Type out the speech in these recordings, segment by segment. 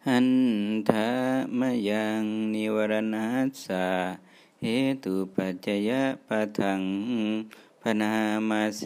หันทะมะยังนิวรณัสสะเหตุปัจจยปะทังพนามาเส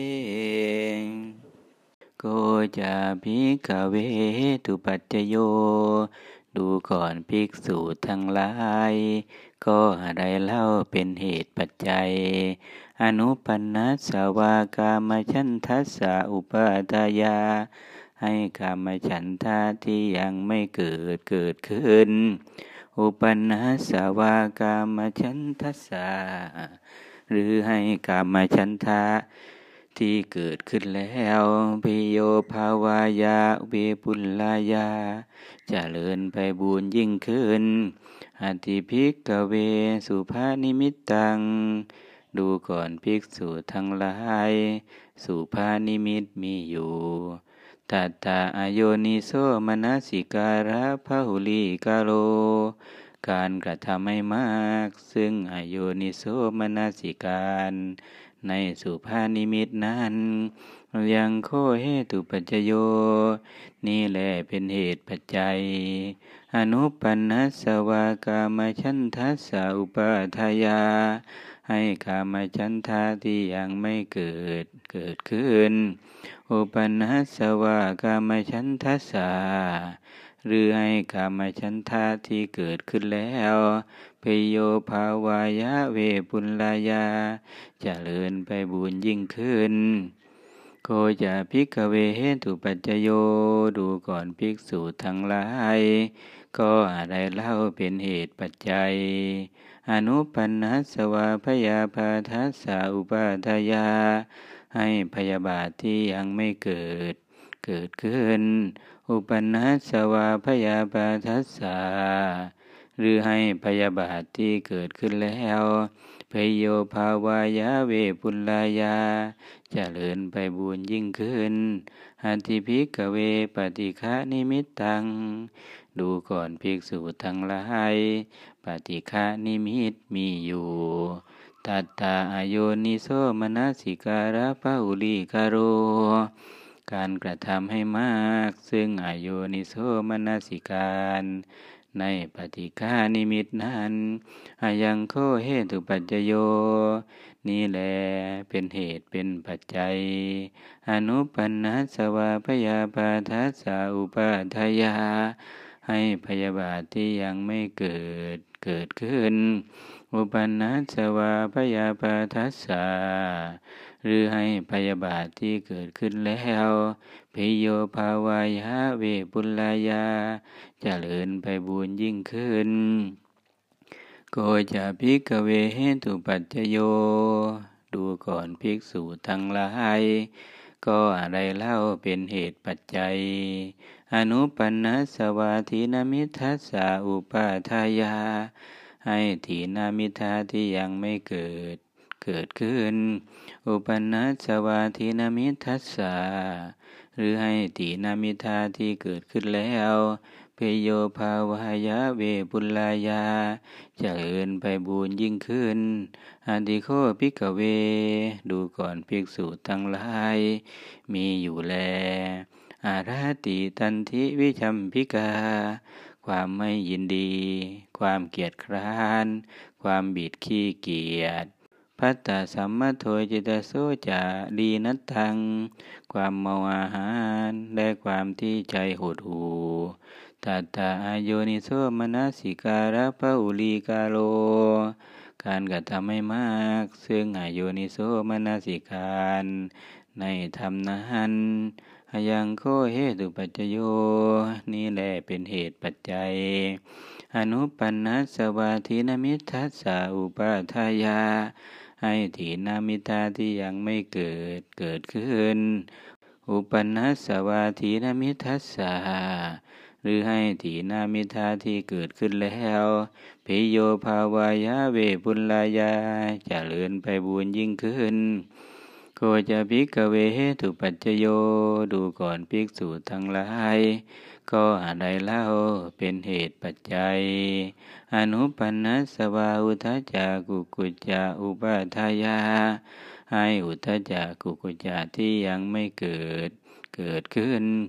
โกจาภิกขเวตุปัจจโยดูก่อนภิกษุทั้งหลายก็อะไรเล่าเป็นเหตุปัจจัยอนุปันนัสสวากามฉันทัสสะอุปาทายาให้กามฉันทะที่ยังไม่เกิดขึ้นอุปนัสสวากามฉันทัสสะหรือให้กามฉันทะที่เกิดขึ้นแล้วปิโยภาวายาวิปุลลายาเจริญไปบูญยิ่งขึ้นอติภิกขเวสุภานิมิตตังดูก่อนภิกษุทั้งหลายสุภานิมิตมีอยู่ตัตตาอโยนิโสมนสิการะพหุลิกาโลการกระทำให้มากซึ่งอโยนิโสมนสิการในสุภานิมิตนั้นยังโคเหตุปัจจโยนี่แหละเป็นเหตุปัจจัยอนุปันนัสสวากามฉันทัสสะอุปาทายาให้กามฉันทะที่ยังไม่เกิดขึ้นอุปนัสสวากามฉันทัสสะหรือให้กามฉันทะที่เกิดขึ้นแล้วเพโยภาวายะเวปุลลายาเจริญไปบุญยิ่งขึ้นโคจาภิกขเวเหตุปัจจโยดูก่อนภิกษุทั้งหลายก็อะไรเล่าเป็นเหตุปัจจัยอนุปันนัสสวาพยาปาทัสสะอุปาทายาให้พยาบาทที่ยังไม่เกิดขึ้นอุปนัสสวาพยาปาทัสสะหรือให้พยาบาทที่เกิดขึ้นแล้วพโยภาวายะเวปุลลายาเจริญไปบุญยิ่งขึ้นอติภิกขเวปฏิฆานิมิตตังดูก่อนภิกษุทั้งหลายปฏิฆานิมิตมีอยู่ตัตตาอโยนิโสมนสิการะพหุลิกาโรการกระทำให้มากซึ่งอโยนิโสมนสิการในปฏิฆานิมิตนั้นอายังโคเหตุปัจจโยนี่แลเป็นเหตุเป็นปัจจัยอนุปันนัสสวาพยาปาทัสสะอุปาทายาให้พยาบาทที่ยังไม่เกิดขึ้นอุปนัสสวาพยาปาทัสสะหรือให้พยาบาทที่เกิดขึ้นแล้วพิโยภาวายะเวปุลลายาเจริญไปบุญยิ่งขึ้นโกจาภิกขเวเหตุปัจจโยดูก่อนภิกษุทั้งหลายก็อะไรเล่าเป็นเหตุปัจจัยอนุปันนัสสวาทีนมิทัสสะอุปาทายาให้ถีนามิทาที่ยังไม่เกิดขึ้นอุปนัสสวาทีนมิทัสสะหรือให้ถีนามิทาที่เกิดขึ้นแล้วเพโยภาวายะเวปุลลายาเจริญไปบุญยิ่งขึ้นอันติโคภิกขเวดูก่อนภิกษุทั้งหลายมีอยู่แลอาราติตันทิวิชัมพิกาความไม่ยินดีความเกียจคร้านความบิดขี้เกียจพัตตสัมมโทจิตโสจาดีนัตตังความเมาอาหารและความที่ใจหดหู่ตัตตาอโยนิโสมนสิการะพหุลิกาโลการกระทำให้มากซึ่งอโยนิโสมนสิการในธรรมนั้นอายังโคเหตุปัจจโยนี่แหละเป็นเหตุปัจจัยอนุปันนัสสวาทีนมิทัสสะอุปาทายาให้ถีนามิทาที่ยังไม่เกิดขึ้นอุปนัสสวาทีนมิทัสสะหรือให้ถีนามิทาที่เกิดขึ้นแล้วพิโยภาวายะเวปุลลายาเจริญไปบุญยิ่งขึ้นโคจาภิกขเวเหตุปัจจโยดูก่อนภิกษุทั้งหลายก็อะไรเล่าเป็นเหตุปัจจัยอนุปันนัสสวาอุทธัจจะกุกุจจะอุปาทายาให้อุทธัจจะกุกุจจะที่ยังไม่เกิดขึ้น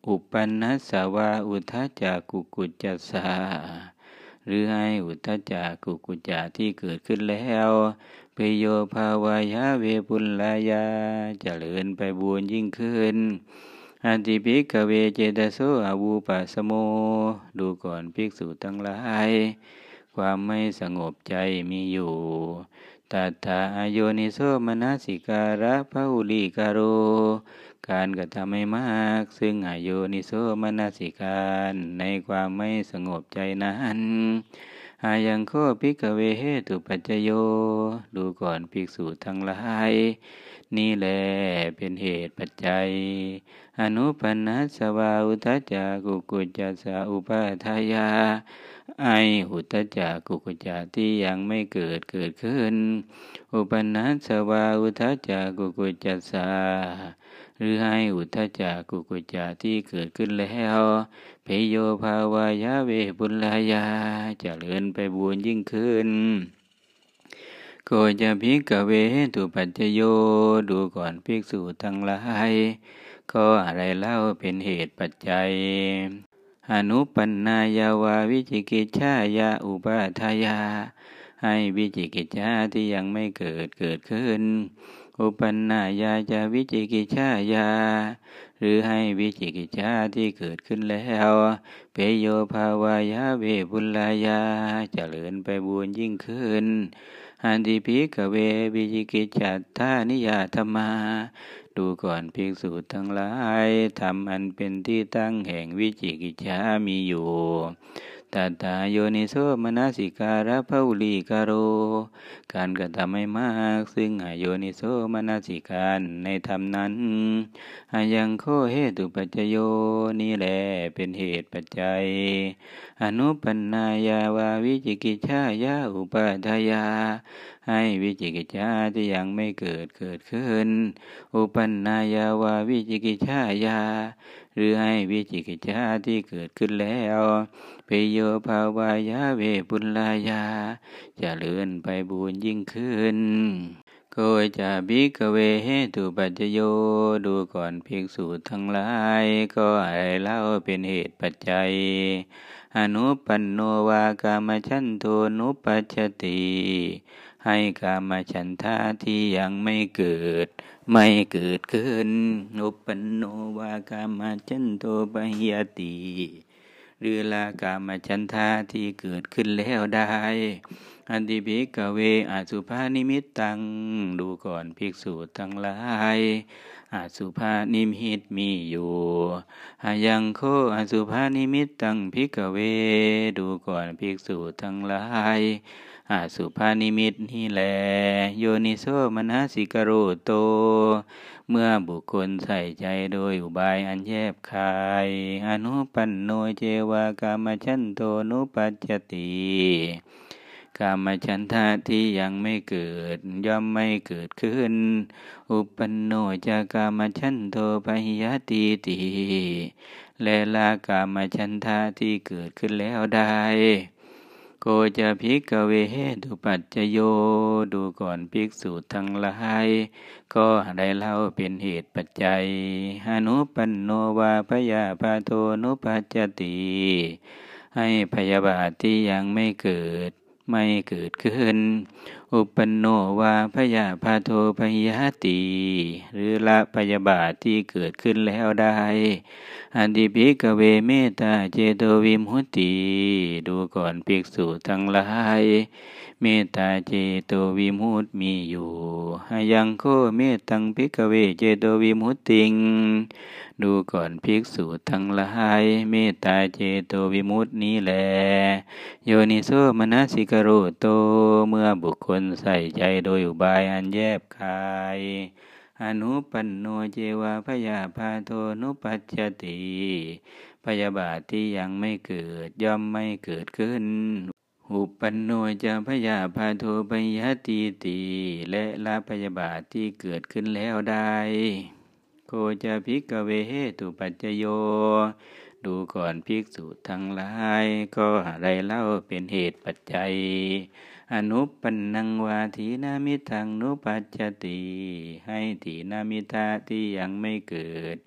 อุปนัสสวาอุทธัจจกุกุจจสาหรือให้อุทธัจจกุกุจจะที่เกิดขึ้นแล้วเปโยภาวายะเวปุลลายาเจริญไปบูญยิ่งขึ้นอันติภิกขเวเจตโสอวูปสโมดูก่อนภิกษุทั้งหลายความไม่สงบใจมีอยู่ตัทธาอโยนิโสมนสิการะภุลิกาโรการกระทำให้มากซึ่งอโยนิโสมนสิการในความไม่สงบใจนั้นอายังโคภิกขเวเหตุปัจจโยดูก่อนภิกษุทั้งหลายนี่แลเป็นเหตุปัจจัยอนุปนัสสวาอุทธัจจกุกุจจะสาอุปาทายาไออุทธัจจกุกุจจะที่ยังไม่เกิดขึ้นอุปนัสสวาอุทธัจจกุกุจจะสาหรือให้อุทธัจจกุกุจจะที่เกิดขึ้นแล้วเพโยภาวายะเวปุลลายาเจริญไปบูญยิ่งขึ้นโกจะภิกขเวตุปัจจโยดูก่อนภิกษุทั้งหลายก็อะไรเล่าเป็นเหตุปัจจัยอนุปันนายาวาวิจิกิจฉายาอุปาทายาให้วิจิกิจฉาที่ยังไม่เกิดขึ้นอุปันนายาจะวิจิกิจฉายาหรือให้วิจิกิจฉาที่เกิดขึ้นแล้วเปโยภาวายะเวปุลลายาเจริญไปบูญยิ่งขึ้นอันติภิกขเววิจิกิจฉัตถานิยาธรรมาดูก่อนภิกษุทั้งหลายธรรมอันเป็นที่ตั้งแห่งวิจิกิจฉามีอยู่ตัทธาโยนิโสมนสิการะภุลิกาโรการกระทำให้มากซึ่งอโยนิโสมนสิการในธรรมนั้นอายังโคเหตุปัจจโยนี่แลเป็นเหตุปัจจัยอนุปันนายาวาวิจิกิจฉายาอุปาทายาให้วิจิกิจฉาที่ยังไม่เกิดขึ้นอุปันนายาวาวิจิกิจฉายาหรือให้วิจิกิจฉาที่เกิดขึ้นแล้วเปโยภาวายะเวปุลลายาเจริญไปบูญยิ่งขึ้นโกจะภิกขเวเหตุปัจจโยดูก่อนภิกษุทั้งหลายก็อะไรเล่าเป็นเหตุปัจจัยอนุปันโนวากามฉันโทนุปัชชติให้กามฉันทะที่ยังไม่เกิดขึ้นอุปันโนวากามฉันโทปหิยติหรือละกามฉันทะที่เกิดขึ้นแล้วได้อันติภิกขเวอสุภานิมิตตังดูก่อนภิกษุทั้งหลายอสุภานิมิตมีอยู่อายังโคอสุภานิมิตตังภิกขเวดูก่อนภิกษุทั้งหลายอสุภานิมิตนี่แลโยนิโสมนสิกโรโตเมื่อบุคคลใส่ใจโดยอุบายอันแยบคายอนุปันโนเจวากามฉันโตนุปัชชติกามฉันทะที่ยังไม่เกิดย่อมไม่เกิดขึ้นอุปันโนจากามฉันโตปหิยติติและละกามฉันทะที่เกิดขึ้นแล้วได้โกจะภิกขเวเหตุปัจจโยดูก่อนภิกษุทั้งหลายก็ได้เล่าเป็นเหตุปัจจัยอนุปันโนวาพยาปาโทนุปัจจติให้พยาบาทที่ยังไม่เกิดขึ้นอุปันโนวาพยาปาโทพยาติหรือละพยาบาทที่เกิดขึ้นแล้วได้อันติภิกขเวเมตตาเจโตวิมุตติดูก่อนภิกษุทั้งหลายเมตตาเจโตวิมุตติมีอยู่อายังโคเมตตังภิกขเวเจโตวิมุตติงดูก่อนภิกษุทั้งหลายเมตตาเจโตวิมุตตินี้แลโยนิโสมนสิกโรโตเมื่อบุคคลใส่ใจโดยอุบายอันแยบคายอนุปันโนเจวาพยาปาโทนุปัชชติพยาบาทที่ยังไม่เกิดย่อมไม่เกิดขึ้นอุปันโนจะพยาปาโทปหิยติติและละพยาบาทที่เกิดขึ้นแล้วได้โกจะภิกขเวเหตุปัจจโยดูก่อนภิกษุทั้งหลายก็อะไรเล่าเป็นเหตุปัจจัยอนุปันนังวาทีนามิทังนุปัชชติให้ถีนามิทะที่ยังไม่เกิด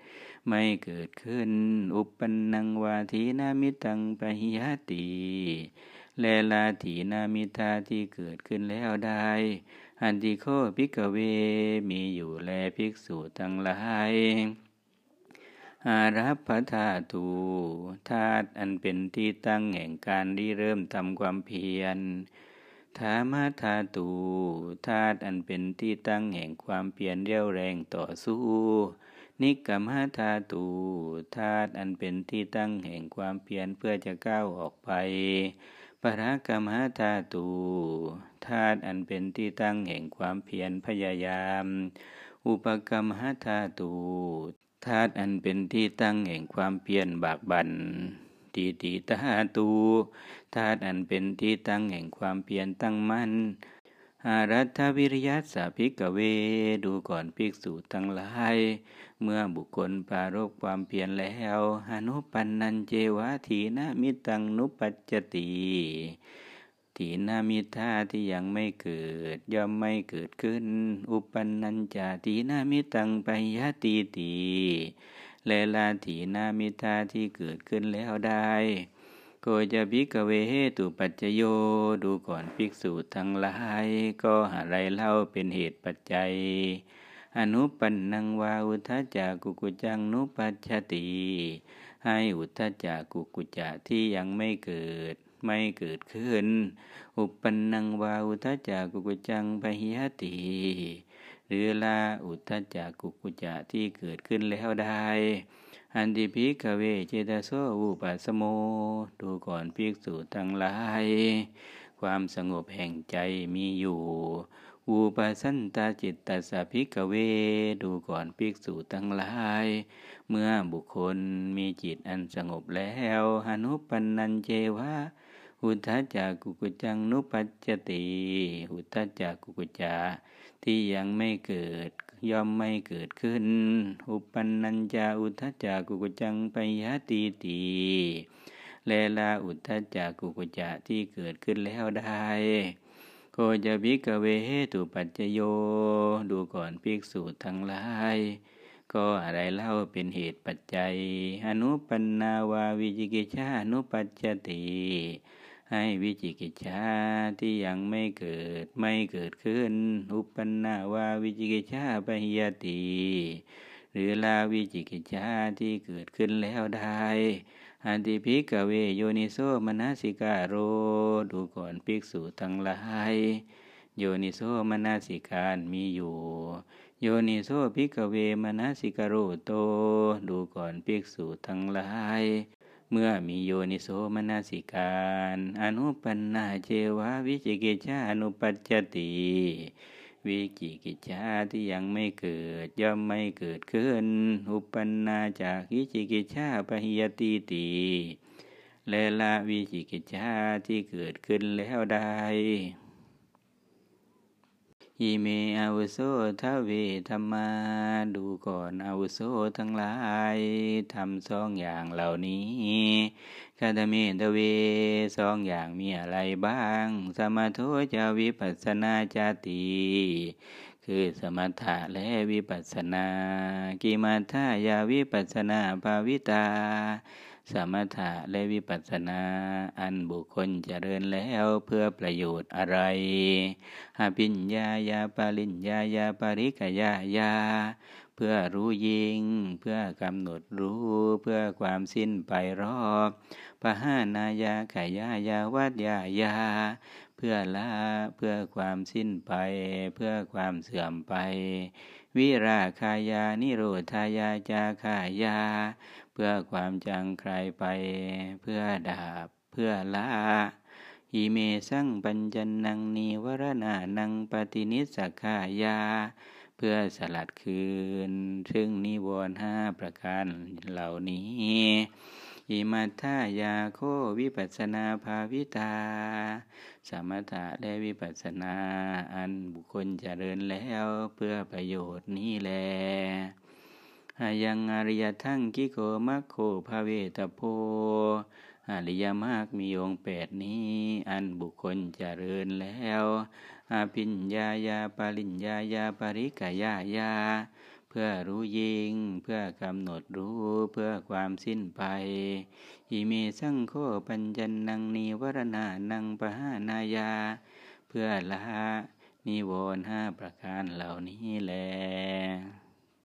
ไม่เกิดขึ้นอุปปันนังวาทีนามิตังปะหิยติและลาถีนามิธาที่เกิดขึ้นแล้วได้อันติโคภิกขเวมีอยู่แลภิกษุทั้งหลายอารัปปธาตุธาตุอันเป็นที่ตั้งแห่งการริเริ่มทำความเพียรธามาธาตุธาตุอันเป็นที่ตั้งแห่งความเพียรเรี่ยวแรงต่อสู้นิกขมธาตุธาตุอันเป็นที่ตั้งแห่งความเพียรเพื่อจะก้าวออกไปปรากมธาตุธาตุอันเป็นที่ตั้งแห่งความเพียรพยายามอุปกรรมธาตุธาตุอันเป็นที่ตั้งแห่งความเพียรบากบั่นทีติธาตุธาตุอันเป็นที่ตั้งแห่งความเพียรตั้งมั่นอารัตถวิริยัสสะภิกขเวดูก่อนภิกษุทั้งหลายเมื่อบุคคลปรารภความเพียรแล้วอนุปันนันเจวะถีนามิตังนุปัจจติถีนามิธาที่ยังไม่เกิดย่อมไม่เกิดขึ้นอุปันนัญจาถีนามิตังปยติติและลาถีนามิธาที่เกิดขึ้นแล้วได้โกจะภิกขเวเหตุปัจจโยดูก่อนภิกษุทั้งหลายก็อะไรเล่าเป็นเหตุปัจจัยอนุปันนังวาอุทธัจจะกุกุจังนุปัจจติให้อุทธัจจะกุกุจจะที่ยังไม่เกิดขึ้นอุปปันนังวาอุทธัจจะกุกุจังปะหิยติหรือลาอุทธัจจะกุกุจจะที่เกิดขึ้นแล้วได้อันติภิกขเวเจตโสอุปัสสโมดูก่อนภิกษุทั้งหลายความสงบแห่งใจมีอยู่อุปสันตจิตตัสสะภิกขเวดูก่อนภิกษุทั้งหลายเมื่อบุคคลมีจิตอันสงบแล้วอนุปันนันเจวะอุทธัจจะกุกุจังนุปัจจติอุทธัจจะกุกุจจะที่ยังไม่เกิดย่อมไม่เกิดขึ้นอุปปันนัญจาอุทธัจจะกุกุจังปยติติแลลาอุทธัจจะกุกุจจะที่เกิดขึ้นแล้วได้โกจะภิกขเวเหตุปัจจโยดูก่อนภิกษุทั้งหลายก็อะไรเล่าเป็นเหตุปัจจัยอนุปันนาวาวิจิกิจฉานุปัจจติให้วิจิกิจฉาที่ยังไม่เกิดขึ้นอุปปันนาวาวิจิกิจฉาปะหิยติหรือลาวิจิกิจฉาที่เกิดขึ้นแล้วได้อันติภิกขเวโยนิโสมนสิกาโรดูก่อนภิกษุทั้งหลายโยนิโสมนสิการมีอยู่โยนิโสภิกขเวมนสิกาโรโตดูก่อนภิกษุทั้งหลายเมื่อมีโยนิโสมนสิการอนุปันนาเจวะวิจิกิจฉานุปัจจติวิจิกิจฉาที่ยังไม่เกิดย่อมไม่เกิดขึ้นอุปปันนาจากวิจิกิจฉาปะหิยติติและละวิจิกิจฉาที่เกิดขึ้นแล้วได้อิเมอาวุโสทเวธัมมาดูก่อนอาวุโสทั้งหลายทำสองอย่างเหล่านี้คาตเมตเวสองอย่างมีอะไรบ้างสมโถจาวิปัสสนาจาติคือสมถะและวิปัสสนากิมัฏฐายาวิปัสสนาภาวิตาสมถะและวิปัสสนาอันบุคคลเจริญแล้วเพื่อประโยชน์อะไรอภิญญายาปริญญายาปริกยายาเพื่อรู้ยิ่งเพื่อกำหนดรู้เพื่อความสิ้นไปรอบปหานายาขยายาวัดยายาเพื่อละเพื่อความสิ้นไปเพื่อความเสื่อมไปวิราคายานิโรธายาจาคายาเพื่อความจางคลายไปเพื่อดับเพื่อละอิเมสังปัญจนังนิวรณานังปฏินิสสขายาเพื่อสลัดคืนซึ่งนิวรณ์5ประการเหล่านี้อิมัฏฐายาโควิปัสสนาภาวิตาสมถะและวิปัสสนาอันบุคคลเจริญแล้วเพื่อประโยชน์นี้แลอายังอริยทังกิโกมัคโคภเวตโพอริยมรรคมีองค์8นี้อันบุคคลเจริญแล้วอภิญญายาปริญญายาปริกยายาเพื่พื่อรู้ยิ่งเพื่อกำหนดรู้เพื่อความสิ้นไปอิเมสังโฆปัญจนังนิวรณานังปหานายาเพื่อละนิวรณ์5ประการเหล่านี้แล